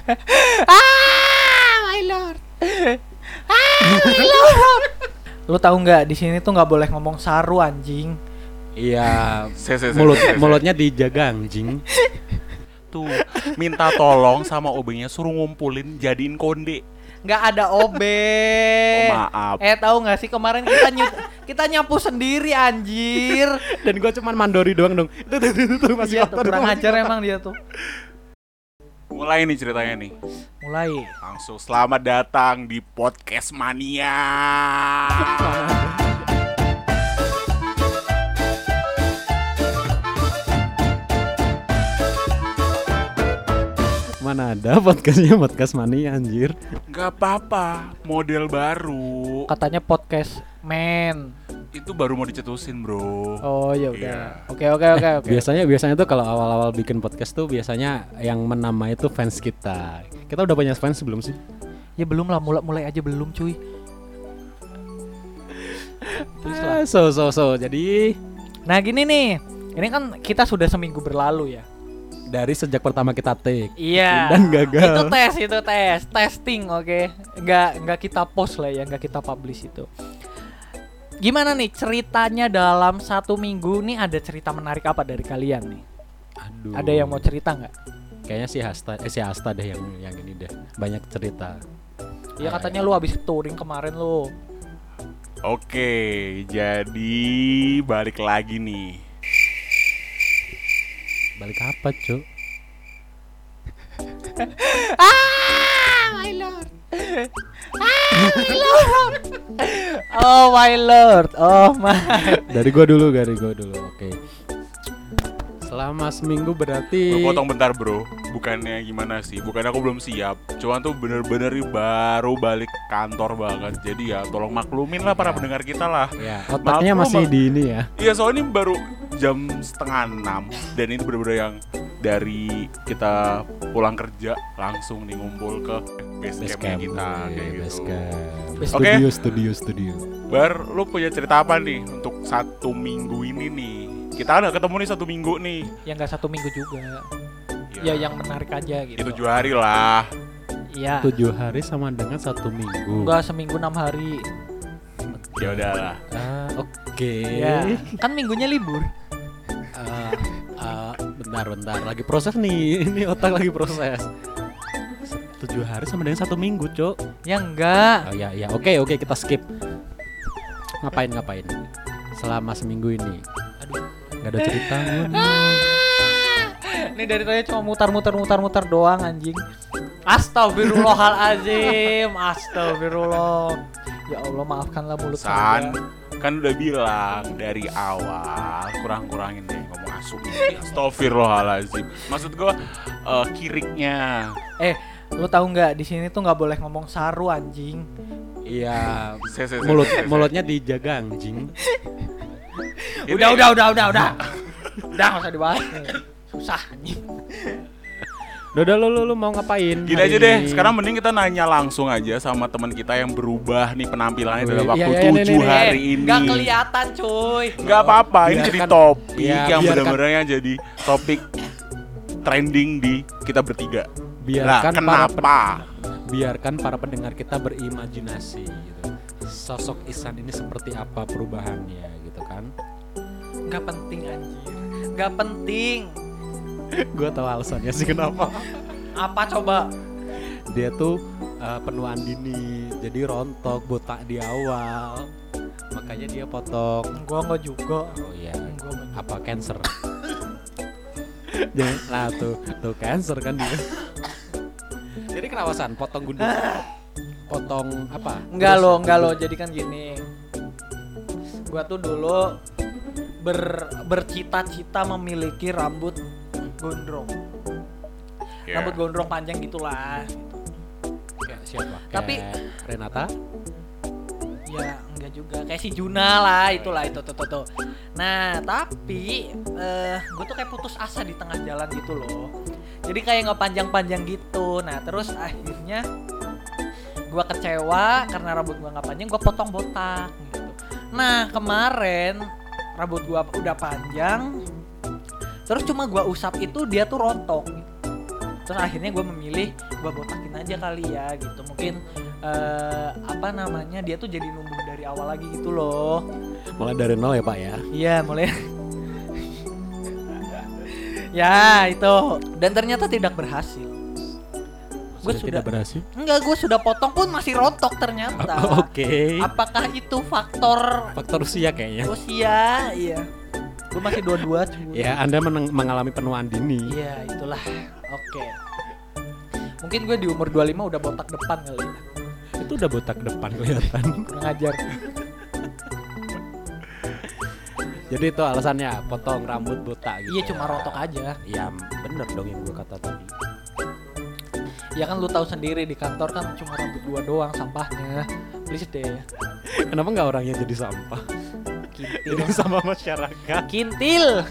My lord. My lord. Lu tahu nggak di sini tuh nggak boleh ngomong saru anjing. Iya, mulutnya dijaga anjing. Tuh, minta tolong sama OB-nya suruh ngumpulin jadiin konde. Nggak ada OB. Oh, maaf. Tahu nggak sih kemarin kita nyapu sendiri anjir. Dan gua cuman mandori doang dong. Itu masih Iya, kurang ajar emang dia tuh. Mulai nih ceritanya nih. Mulai. Langsung selamat datang di Podcast Mania. Mana ada podcast mania anjir. Gak apa-apa, model baru. Katanya podcast man. Itu baru mau dicetusin, bro. Oh ya Iya. udah. Oke. Biasanya tuh kalau awal-awal bikin podcast tuh biasanya yang menamai itu fans kita. Kita udah punya fans belum sih? Ya belum lah, mulai aja belum cuy. Jadi Nah gini nih, ini kan kita sudah seminggu berlalu ya. dari sejak pertama kita take Iya. dan gagal. Itu testing, oke. Nggak kita post lah ya, nggak kita publish itu. Gimana nih ceritanya dalam 1 minggu nih, ada cerita menarik apa dari kalian nih? Aduh. Ada yang mau cerita nggak? Kayaknya si Hasta deh yang ini deh. Banyak cerita. Iya katanya lu habis touring kemarin lu. Oke, jadi balik lagi nih. Balik apa, Cuk? My lord. Oh my lord. Oh my. Dari gua dulu. Oke. Selama seminggu berarti Gue potong bentar, bro. Bukannya gimana sih? Bukannya aku belum siap. Cuman tuh bener-bener baru balik kantor banget. Jadi ya tolong maklumin lah para pendengar kita lah. ya, otaknya masih di ini ya. Iya, soalnya ini baru jam 5:30 dan ini bener-bener yang dari kita pulang kerja langsung nih ngumpul ke base campnya kita kayak gitu. Studio. Bar, lu punya cerita apa nih untuk 1 minggu ini nih? Kita kan gak ketemu nih 1 minggu nih. Ya nggak 1 minggu juga. Ya yang menarik aja gitu. Itu 7 hari lah. Iya. 7 hari sama dengan 1 minggu. Enggak, seminggu 6 hari. Ya udahlah. Oke. Ya. Kan minggunya libur. Bentar. Lagi proses nih. Ini otak lagi proses. 7 hari sama dengan 1 minggu, Cok. Ya enggak. Oh ya. Oke, kita skip. Ngapain? Selama seminggu ini. Aduh. Gak ada cerita. Ini dari tadi cuma mutar doang anjing. Astagfirullahalazim. Astagfirullah. Ya Allah, maafkanlah mulut saya. Kan udah bilang dari awal kurang-kurangin deh ngomong asuh. Astagfirullahalazim. Maksud gua kiriknya. Lu tahu nggak di sini tuh nggak boleh ngomong saru anjing. Iya. Mulutnya dijaga anjing. Udah. Udah nggak usah dibahas. Susah anjing. Udah lu mau ngapain? Gini aja deh, sekarang mending kita nanya langsung aja sama teman kita yang berubah nih penampilannya dalam waktu 7 hari ini. Gak kelihatan cuy. Gak apa-apa, ini jadi topik yang benar-benar jadi topik trending di kita bertiga. Biarkan para pendengar kita berimajinasi gitu. Sosok Ihsan ini seperti apa perubahannya gitu kan? Gak penting anjir. Gak penting. Gue tahu alasannya sih kenapa. Apa coba? Dia tuh penuaan dini, jadi rontok, botak di awal. Makanya dia potong. Gua enggak juga. Oh iya. Apa cancer? Nah tuh cancer kan dia. Jadi kenapa San? Potong gundu? Potong apa? Enggak lo. Jadi kan gini. Gua tuh dulu bercita-cita memiliki rambut gondrong. Rambut gondrong panjang gitulah. Kayak siapa? Tapi Renata? Ya enggak juga, kayak si Juna lah, itulah itu tuh. Nah tapi gue tuh kayak putus asa di tengah jalan gitu loh. Jadi kayak nggak panjang-panjang gitu. Nah terus akhirnya gue kecewa karena rambut gue nggak panjang, gue potong botak gitu. Nah kemarin rambut gue udah panjang, terus cuma gue usap itu dia tuh rontok gitu. Terus akhirnya gue memilih gue botakin aja kali ya gitu. Mungkin dia tuh jadi numbuh dari awal lagi gitu loh. Mulai dari nol ya Pak ya. Iya mulai. Ya itu. Dan ternyata tidak berhasil. Gue sudah tidak berhasil. Enggak, gue sudah potong pun masih rontok ternyata. Oke. Apakah itu faktor Faktor usia kayaknya. usia? Iya. Gue masih 22 cuy. Ya, Anda mengalami penuaan dini. Iya, itulah. Oke. Mungkin gue di umur 25 udah botak depan kali ya. Itu udah botak depan kelihatan. Kurang ajar. Jadi itu alasannya potong rambut botak gitu. Iya, cuma rontok aja. Ya, bener dong yang gue kata tadi. Ya kan lu tahu sendiri di kantor kan cuma rambut gua doang sampahnya. Please deh. Kenapa nggak orangnya jadi sampah? Kintil. Jadi sama masyarakat. Kintil.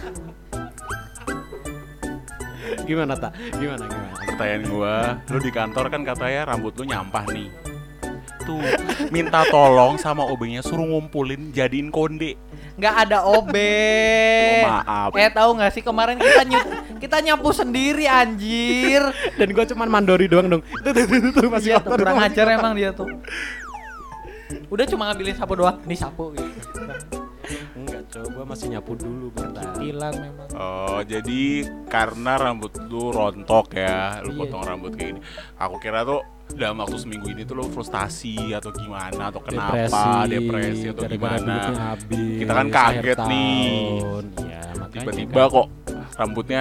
Gimana tak? Gimana? Pertanyaan gua, lu di kantor kan katanya rambut lu nyampah nih. Tuh, minta tolong sama OB-nya suruh ngumpulin jadiin konde. Nggak ada OB. Oh, maaf. Tahu nggak sih kemarin kita nyapu sendiri anjir. Dan gue cuman mandori doang dong. Tuh masih Iya, tuh, kurang ajar emang dia tuh. Udah cuma ngambilin sapu doang. Nih sapu gitu. Enggak, coba masih nyapu dulu bentar. Kintilan memang. Oh, jadi karena rambut lu rontok ya, lu Iya. potong rambut kayak gini. Aku kira tuh dalam waktu seminggu ini tuh lu frustasi atau gimana atau kenapa depresi atau gara-gara gimana. duitnya habis, Kita kan akhir kaget nih. tahun. Ya, makanya Tiba-tiba kok rambutnya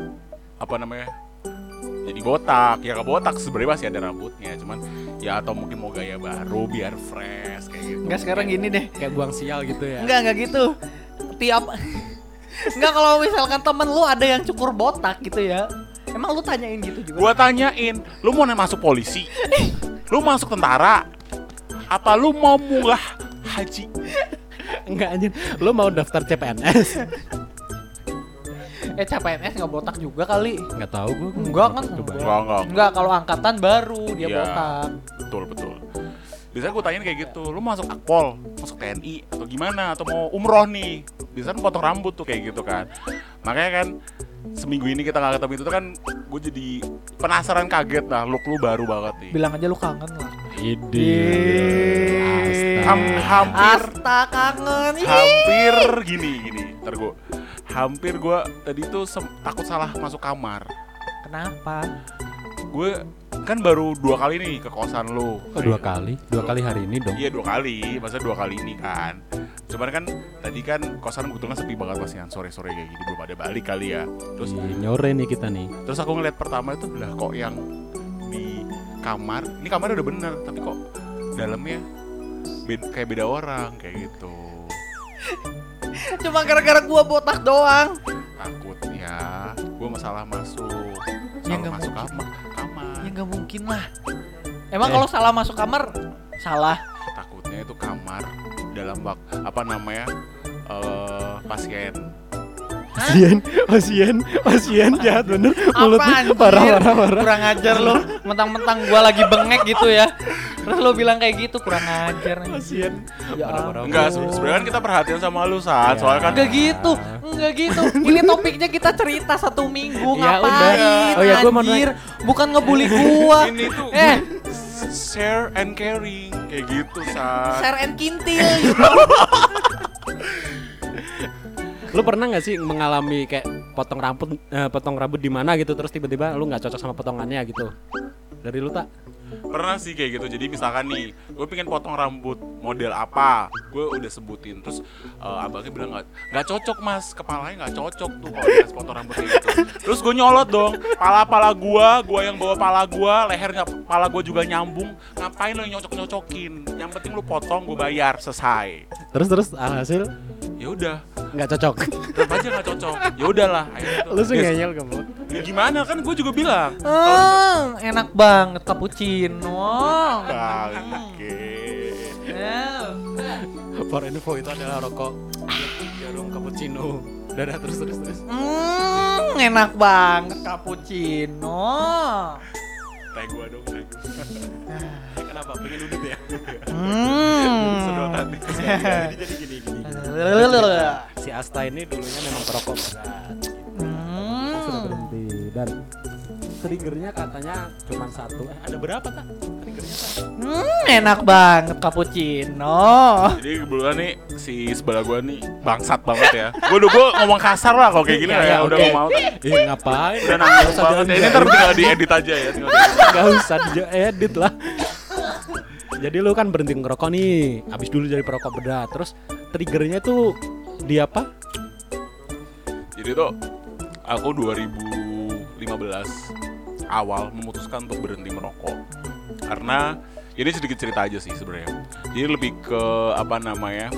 jadi botak. Ya ke botak sebenarnya masih ada rambutnya, cuman ya atau mungkin mau gaya baru biar fresh kayak gitu. Enggak sekarang gini deh. kayak buang sial gitu ya. Enggak gitu. Enggak kalau misalkan temen lu ada yang cukur botak gitu ya. Emang lu tanyain gitu juga? Gua tanyain, lu mau masuk polisi? Lu masuk tentara? Apa lu mau mullah haji? Enggak anjir. Lu mau daftar CPNS? CPNS nggak botak juga kali. Enggak tahu gua. Enggak kan? Enggak. Enggak, kalau angkatan baru dia Iya. botak. Betul. Biasanya gue tanyain kayak gitu, lu masuk Akpol, masuk TNI, atau gimana, atau mau umroh nih. Biasanya potong rambut tuh kayak gitu kan. Makanya kan seminggu ini kita gak ketemu itu kan gue jadi penasaran kaget lah, look lu baru banget nih. Bilang aja lu kangen lah. Hampir Asta kangen. hampir gini. Ntar hampir gue tadi tuh takut salah masuk kamar. Kenapa? Gue kan baru 2 kali nih ke kosan lu. Oh, 2 kali? 2 kali hari ini dong? Iya 2 kali, masa 2 kali ini kan. Cuman kan tadi kan kosan kebetulan sepi banget pas yang sore-sore kayak gini, belum ada balik kali ya. Terus Nyore nih kita nih. terus aku ngeliat pertama itu lah kok yang di kamar, ini kamarnya udah bener, tapi kok dalamnya kayak beda orang kayak gitu. Cuma gara-gara gua botak doang. Takutnya gue salah masuk nggak masuk mungkin. kamar. Ya nggak mungkin lah. Emang kalau salah masuk kamar salah. Takutnya itu kamar dalam pasien. Pasien jahat bener. Apa Mulutnya anjir? parah. Kurang ajar lo. Mentang-mentang gua lagi bengek gitu ya. Terus lo bilang kayak gitu, kurang ajar. Pasien. Ya Parah-parah. Enggak, ampun. sebenarnya kan kita perhatian sama lu saat, Ya. soalnya kan Enggak gitu. Ini topiknya kita cerita 1 minggu. Ya Ngapain? udah. Oh ya, gua mau anjir. Bukan ngebully gua. ini tuh share and caring kayak gitu saat. Share and kintil gitu. Lu pernah nggak sih mengalami kayak potong rambut di mana gitu terus tiba-tiba lu nggak cocok sama potongannya gitu? Dari lu tak? Pernah sih kayak gitu. Jadi misalkan nih, gue pengen potong rambut model apa, gue udah sebutin. Terus abangnya bilang nggak cocok mas, kepalanya nggak cocok tuh kalau dikasih potong rambut kayak gitu. Terus gue nyolot dong, pala gue yang bawa pala gue, lehernya pala gue juga nyambung. Ngapain lo yang nyocok-nyocokin? Yang penting lu potong, gue bayar, selesai. Terus alhasil Ya udah, nggak cocok. tetap aja nggak cocok. Ya udahlah. akhirnya tuh, Lu sih guys, ngeyel kamu. ya gimana kan gue juga bilang. Enak banget cappuccino. Oke. For info itu adalah rokok jarum cappuccino. Dadah terus. Enak banget cappuccino. Teh gue dong. Kenapa? Pengen udut ya? Sedotan nih. Jadi gini. Si Asta ini dulunya memang perokok berat. Sudah berhenti dan triggernya katanya cuma satu. Ada berapa tak? Triggernya tak? Enak banget cappuccino. Jadi kebetulan nih si sebelah gua nih bangsat banget ya. Gua ngomong kasar lah kalau kayak gini Ya, ya, ya, udah oke. mau mau. Ngapain? Udah nangis Nggak usah banget. Ya, ini diedit. ntar tinggal diedit aja ya, tinggal diedit. Gak usah edit lah. Jadi lu kan berhenti ngerokok nih, abis dulu jadi perokok berat. Terus triggernya tuh di apa? Jadi tuh aku 2015 awal memutuskan untuk berhenti merokok. Karena ini sedikit cerita aja sih sebenarnya. Jadi lebih ke apa namanya?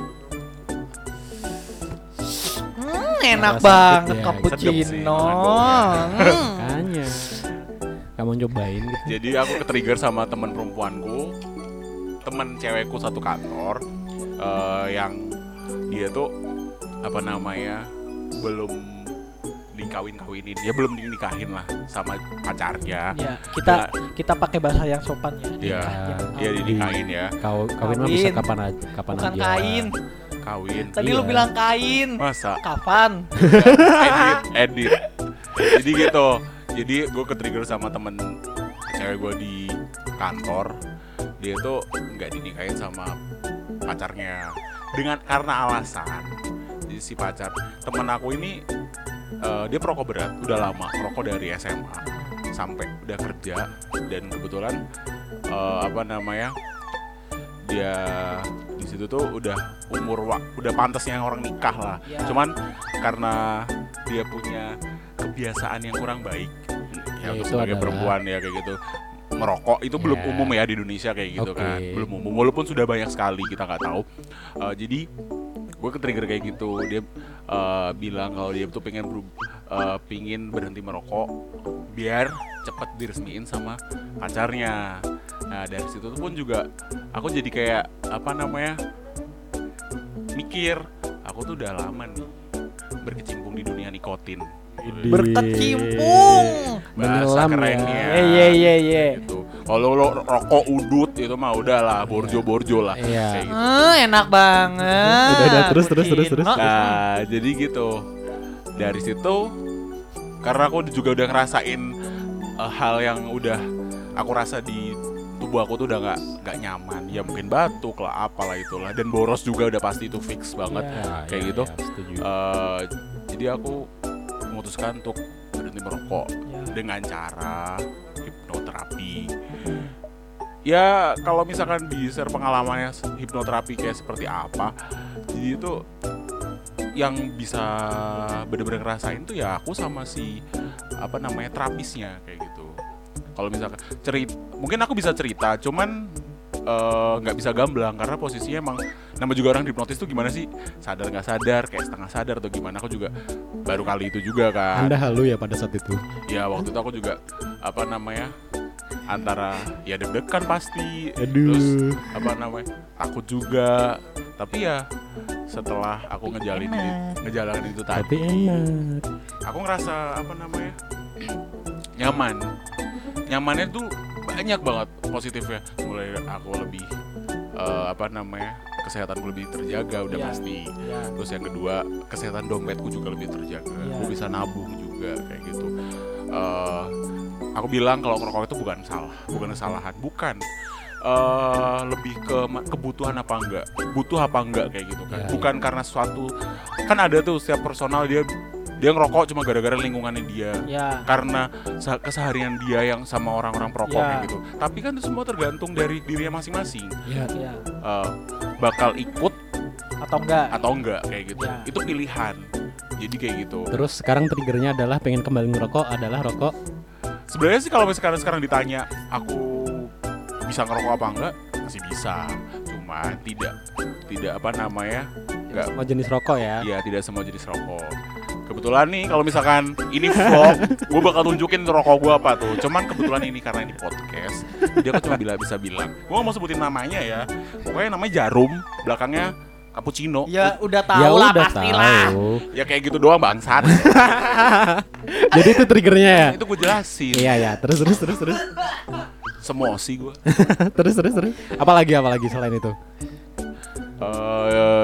Enak Rasa banget sedep ya, cappuccino. sedep sih, Makanya kamu nyobain gitu. Jadi aku ke-trigger sama teman perempuanku, teman cewekku satu kantor, yang dia tuh apa namanya belum dikawin-kawinin, ya belum dinikahin lah sama pacarnya. Ya, kita pakai bahasa yang sopan ya. Iya, dia dinikahin ya, Kawin mah bisa kapan aja, kapan Bukan aja. kain. kawin. Tadi Iya. lu bilang kain. Masa? Kapan? Edit. Jadi gitu. Jadi gue ke-trigger sama temen cewek gue di kantor. Dia tuh nggak dinikahin sama pacarnya karena alasan. Jadi si pacar temen aku ini dia perokok berat, udah lama perokok dari SMA sampai udah kerja, dan kebetulan apa namanya dia di situ tuh udah udah pantasnya orang nikah lah. Ya. Cuman karena dia punya kebiasaan yang kurang baik ya, Ya, untuk itu sebagai adalah- perempuan ya kayak gitu, merokok itu belum Ya. umum ya di Indonesia kayak gitu Oke. kan, belum umum walaupun sudah banyak sekali kita nggak tahu. Jadi gue ke-trigger kayak gitu. Dia bilang kalau dia tuh pingin berhenti merokok biar cepat diresmiin sama pacarnya. Nah dari situ pun juga aku jadi kayak apa namanya mikir, aku tuh udah lama nih berkecimpung di dunia nikotin. Berkecimpung. Bahasa Menyelam kerennya. ya. Iya. Gitu. Kalau lo rokok udut itu mah udahlah borjo-borjo lah. Iya. Kayak gitu. Enak banget. Udah, terus. Cappuccino. Nah, jadi gitu. Dari situ karena aku juga udah ngerasain hal yang udah aku rasa di tubuh aku tuh udah nggak nyaman. Ya mungkin batuk lah, apalah itulah, dan boros juga udah pasti itu fix banget. Ya. Kayak gitu. Setuju. Jadi aku memutuskan untuk berhenti merokok Ya. dengan cara hipnoterapi. Ya kalau misalkan di share pengalamannya hipnoterapi kayak seperti apa, jadi itu yang bisa bener-bener ngerasain tuh ya aku sama si apa namanya terapisnya kayak gitu. Kalau misalkan mungkin aku bisa cerita, cuman nggak bisa gamblang karena posisinya emang nama juga orang hipnotis tuh gimana sih, sadar nggak sadar, kayak setengah sadar atau gimana. Aku juga baru kali itu juga kan. Anda halu ya pada saat itu. Ya waktu itu aku juga apa namanya antara ya deg-degan pasti, Aduh. terus apa namanya takut juga, tapi ya setelah aku ngejalanin itu Tapi tadi, enak. aku ngerasa apa namanya nyamannya tuh banyak banget positifnya. Mulai aku lebih apa namanya kesehatanku lebih terjaga udah Iya. pasti. Ya. Terus yang kedua kesehatan dompetku juga lebih terjaga. Iya. Aku bisa nabung juga kayak gitu. Aku bilang kalau ngerokok itu bukan kesalahan, bukan. Lebih ke kebutuhan apa enggak, butuh apa enggak kayak gitu kan. Ya, Bukan karena suatu, kan ada tuh setiap personal dia ngerokok cuma gara-gara lingkungannya dia, Ya. karena keseharian dia yang sama orang-orang perokok Ya. kayak gitu. Tapi kan itu semua tergantung dari dirinya masing-masing. Ya. Ya. Bakal ikut Atau enggak? atau enggak kayak gitu. Ya. Itu pilihan. Jadi kayak gitu. Terus sekarang triggernya adalah pengen kembali ngerokok adalah rokok. Sebenarnya sih kalau misalkan sekarang ditanya aku bisa ngerokok apa enggak, masih bisa. Cuma tidak apa namanya? Enggak, Semua jenis rokok ya. ya tidak semua jenis rokok. Kebetulan nih kalau misalkan ini vlog, gue bakal tunjukin rokok gue apa tuh. Cuman kebetulan ini karena ini podcast, jadi aku cuma bisa bilang. Gue gak mau sebutin namanya ya. Pokoknya namanya Jarum, belakangnya cappuccino. Ya udah tahu Ya lah udah pastilah. tahu. Ya kayak gitu doang bangsat. Jadi itu triggernya ya. Itu gue jelasin. Iya ya. Terus. Semosi gue. terus. Apalagi selain itu.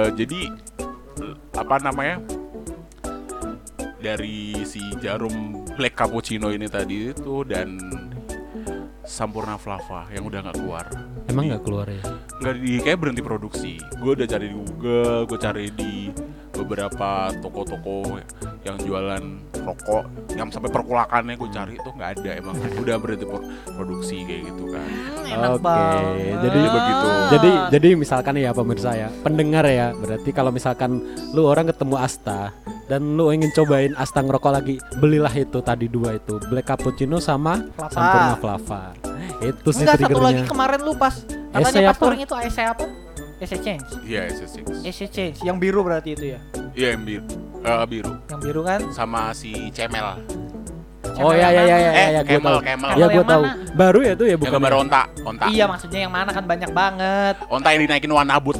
Jadi apa namanya, dari si Jarum Black Cappuccino ini tadi itu dan Sampurna Flava yang udah nggak keluar. Emang nggak keluar ya? Nggak kayak berhenti produksi. Gue udah cari di Google, gue cari di beberapa toko-toko yang jualan rokok yang sampai perkulakannya gue cari itu nggak ada, emang udah berhenti produksi kayak gitu kan. Enak Oke, banget. jadi begitu. Jadi misalkan ya pemirsa ya, pendengar ya, berarti kalau misalkan lu orang ketemu Asta dan lu ingin cobain Asta ngerokok lagi, belilah itu tadi dua itu, Black Cappuccino sama Flava. Sampurna Flava. Itu sih Enggak, satu lagi triggernya. kemarin lu pas Essay katanya pas apa? touring itu essay apa? Essay change. Iya, SS6. Essay change yang biru berarti itu ya. Iya, yang biru. Yang biru kan? Sama si Cemel. Oh ya ya ya ya, gue tahu. Camel. Ya gue yang tahu. mana? Baru ya tuh ya Yang bukan. gambar onta. Iya, maksudnya yang mana kan banyak banget. Onta yang dinaikin warna abut.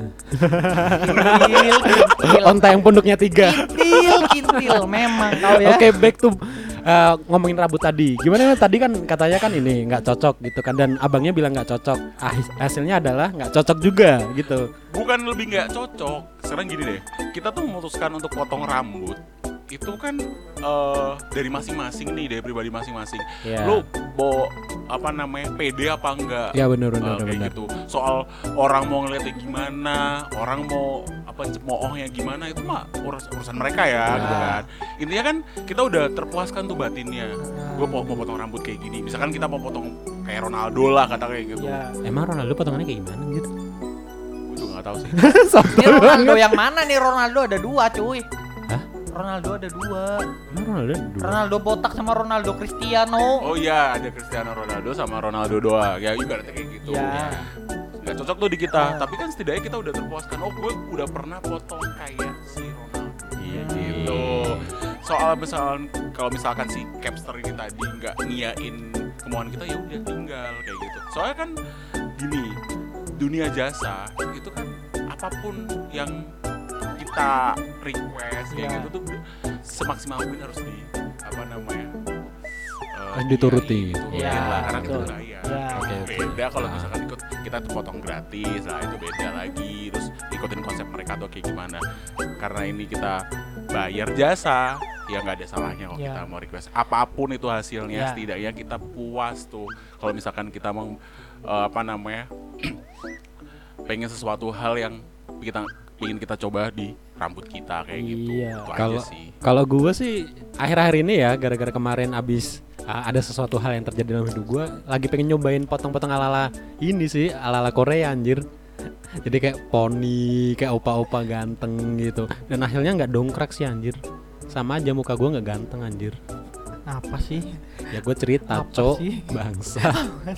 Kintil, Onta yang punduknya 3. kintil, memang tahu ya. Oke, back to ngomongin rambut tadi. Gimana tadi kan katanya kan ini nggak cocok gitu kan, dan abangnya bilang nggak cocok. Hasilnya adalah nggak cocok juga gitu. Bukan lebih nggak cocok. Sekarang gini deh, kita tuh memutuskan untuk potong rambut itu kan dari masing-masing nih, dari pribadi masing-masing. Iya. Lu mau apa namanya, pede apa enggak? Ya benar Kayak benar. gitu. Soal orang mau ngeliatnya gimana, orang mau apa cemoohnya gimana, itu mah urusan mereka ya, gitu kan. Intinya kan kita udah terpuaskan tuh batinnya. Gue mau potong rambut kayak gini. Misalkan kita mau potong kayak Ronaldo lah, kata kayak gitu. Ya. Emang Ronaldo potongannya kayak gimana gitu? Gue juga nggak tahu sih. Ini Ronaldo yang mana nih? Ronaldo ada dua, cuy. Hah? Ronaldo ada dua. Emang Ronaldo dua? Ronaldo botak sama Ronaldo Cristiano. Oh iya, ada Cristiano Ronaldo sama Ronaldo doang. Ya ibaratnya kayak gitu. Ya. Nggak cocok tuh di kita. Ya. Tapi kan setidaknya kita udah terpuaskan. Oh, gue udah pernah potong kayak si Ronaldo. Iya Gitu. Soal kalau misalkan si Capster ini tadi nggak ngiyain kemauan kita, ya udah tinggal kayak gitu. Soalnya kan gini, dunia jasa itu kan apapun yang kita request kayak Ya. gitu tuh semaksimal mungkin harus apa namanya, Dituruti. diturutin Ya, lah, karena kita betul. bayar. Ya. Oke, Beda kalau misalkan kita tuh potong gratis lah, itu beda lagi. Terus ikutin konsep mereka tuh kayak gimana. Karena ini kita bayar jasa, ya nggak ada salahnya kalau Ya. kita mau request apapun itu hasilnya, Ya. setidaknya kita puas tuh. Kalau misalkan kita mau apa namanya pengen sesuatu hal yang ingin kita coba di rambut kita kayak gitu. Iya. Itu Kalau aja sih. kalau gue sih akhir-akhir ini ya, gara-gara kemarin abis ada sesuatu hal yang terjadi dalam hidup gue, lagi pengen nyobain potong-potong ala-ala ini sih, ala-ala Korea anjir. Jadi kayak poni, kayak opa-opa ganteng gitu. Dan hasilnya nggak dongkrak sih anjir. Sama aja muka gue nggak ganteng anjir. Apa sih? Ya gue cerita, Apa cok, sih? bangsa.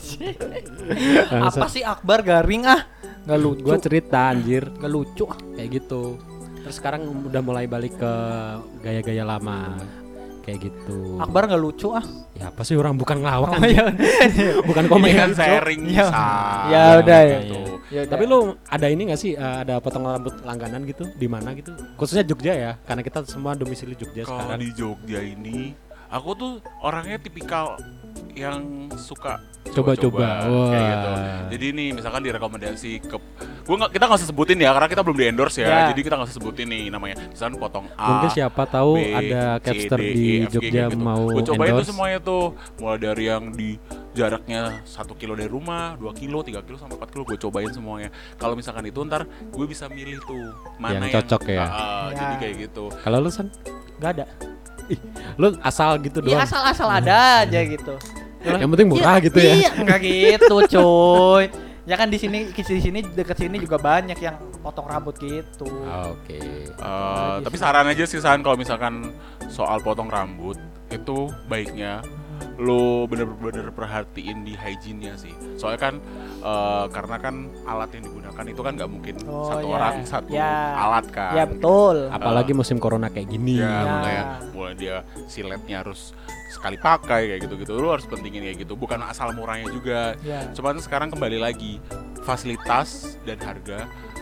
Apa sih Akbar garing ah? Gak lucu. Gue cerita anjir, Gak lucu ah. kayak gitu. Terus sekarang udah mulai balik ke gaya-gaya lama, kayak gitu. Akbar gak lucu ah. Ya apa sih, orang bukan ngelawak kan? ya. Bukan Ini komen kan Cok. sharing Iya. Sal. Ya udah ya. Gitu. Ya Tapi lu ada ini gak sih, ada potong rambut langganan gitu di mana gitu? Khususnya Jogja ya, karena kita semua domisili Jogja Kalau sekarang. di Jogja ini, aku tuh orangnya tipikal yang suka Coba-coba. kayak Wah. gitu. Jadi nih misalkan direkomendasi ke kita nggak usah sebutin ya, karena kita belum di endorse ya. Ya. Jadi kita nggak usah sebutin nih namanya. Misalkan potong A. Mungkin siapa tahu B, ada C, capster D, di E, F, G, Jogja kayak gitu. mau Gue cobain tuh endorse. semuanya tuh, mulai dari yang di jaraknya 1 kilo dari rumah, 2 kilo, 3 kilo sampai 4 kilo, gue cobain semuanya. Kalau misalkan itu ntar gue bisa milih tuh mana Yang cocok ya. Ya. Jadi kayak gitu. Kalau lu San, Gak ada. lu asal gitu Iya doang. asal-asal ada aja gitu. Yang penting murah gitu ya. Iya, enggak gitu, cuy. Ya kan di sini dekat sini juga banyak yang potong rambut gitu. Oke. Tapi saran aja sih San, kalau misalkan soal potong rambut itu baiknya lo bener-bener perhatiin di hygiene-nya sih. Soalnya kan karena kan alat yang digunakan itu kan nggak mungkin Oh, satu ya. orang satu Ya. alat kan. Ya betul. Apalagi musim corona kayak gini. Ya, Ya. makanya mulai dia siletnya harus sekali pakai kayak gitu-gitu. Lo harus pentingin kayak gitu. Bukan asal murahnya juga. Ya. Cuman sekarang kembali lagi, fasilitas dan harga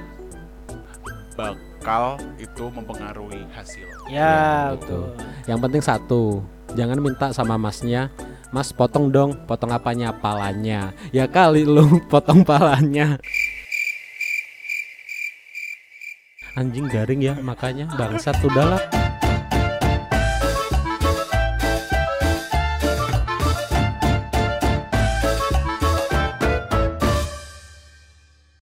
bakal itu mempengaruhi hasil. Ya, betul. betul. Yang penting satu, jangan minta sama masnya, Mas potong dong, potong apanya? Palanya. Ya kali lu potong palanya. Anjing garing ya, makanya bangsat udahlah.